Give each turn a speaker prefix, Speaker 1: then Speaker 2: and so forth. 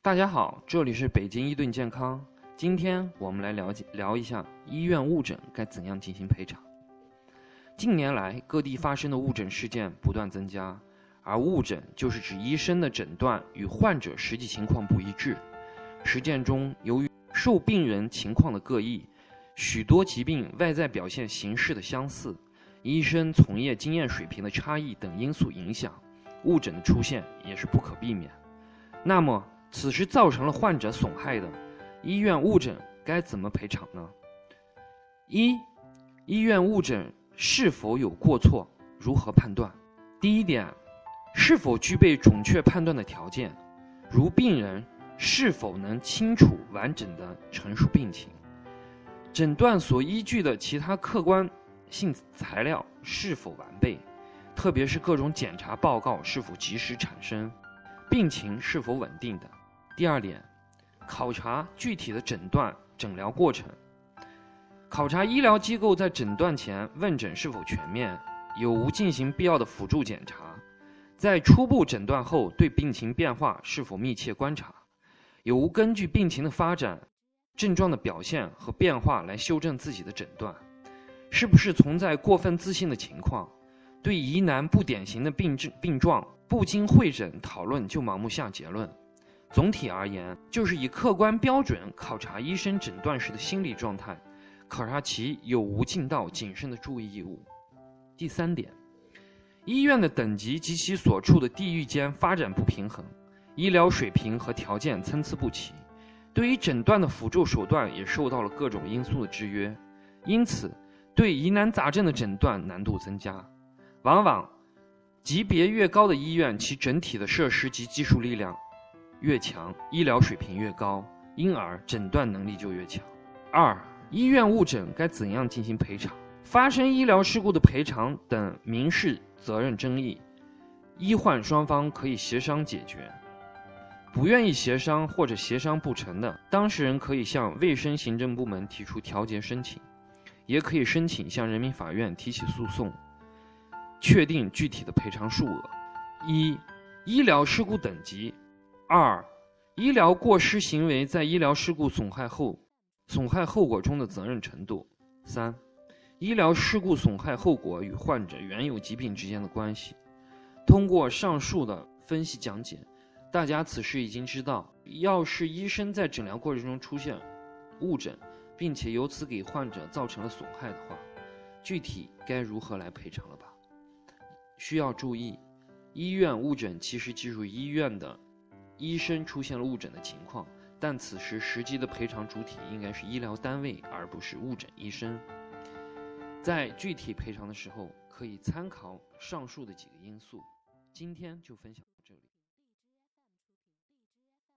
Speaker 1: 大家好，这里是北京伊顿健康。今天我们来聊一下医院误诊该怎样进行赔偿。近年来，各地发生的误诊事件不断增加，而误诊就是指医生的诊断与患者实际情况不一致。实践中，由于受病人情况的各异，许多疾病外在表现形式的相似，医生从业经验水平的差异等因素影响，误诊的出现也是不可避免。那么，此时造成了患者损害的，医院误诊该怎么赔偿呢？一、医院误诊是否有过错，如何判断？第一点，是否具备准确判断的条件，如病人是否能清楚完整地陈述病情，诊断所依据的其他客观性材料是否完备，特别是各种检查报告是否及时产生，病情是否稳定等。第二点，考察具体的诊断诊疗过程，考察医疗机构在诊断前问诊是否全面，有无进行必要的辅助检查，在初步诊断后对病情变化是否密切观察，有无根据病情的发展、症状的表现和变化来修正自己的诊断，是不是存在过分自信的情况，对疑难不典型的病状不经会诊讨论就盲目下结论。总体而言，就是以客观标准考察医生诊断时的心理状态，考察其有无尽到谨慎的注意义务。第三点，医院的等级及其所处的地域间发展不平衡，医疗水平和条件参差不齐，对于诊断的辅助手段也受到了各种因素的制约，因此对疑难杂症的诊断难度增加。往往级别越高的医院，其整体的设施及技术力量越强，医疗水平越高，因而诊断能力就越强。二、医院误诊该怎样进行赔偿？发生医疗事故的赔偿等民事责任争议，医患双方可以协商解决。不愿意协商或者协商不成的，当事人可以向卫生行政部门提出调解申请，也可以申请向人民法院提起诉讼，确定具体的赔偿数额。一、医疗事故等级。二、医疗过失行为在医疗事故损害后果中的责任程度。三、医疗事故损害后果与患者原有疾病之间的关系。通过上述的分析讲解，大家此时已经知道，要是医生在诊疗过程中出现误诊，并且由此给患者造成了损害的话，具体该如何来赔偿了吧？需要注意，医院误诊其实即属医院的医生出现了误诊的情况，但此时实际的赔偿主体应该是医疗单位，而不是误诊医生。在具体赔偿的时候，可以参考上述的几个因素。今天就分享到这里。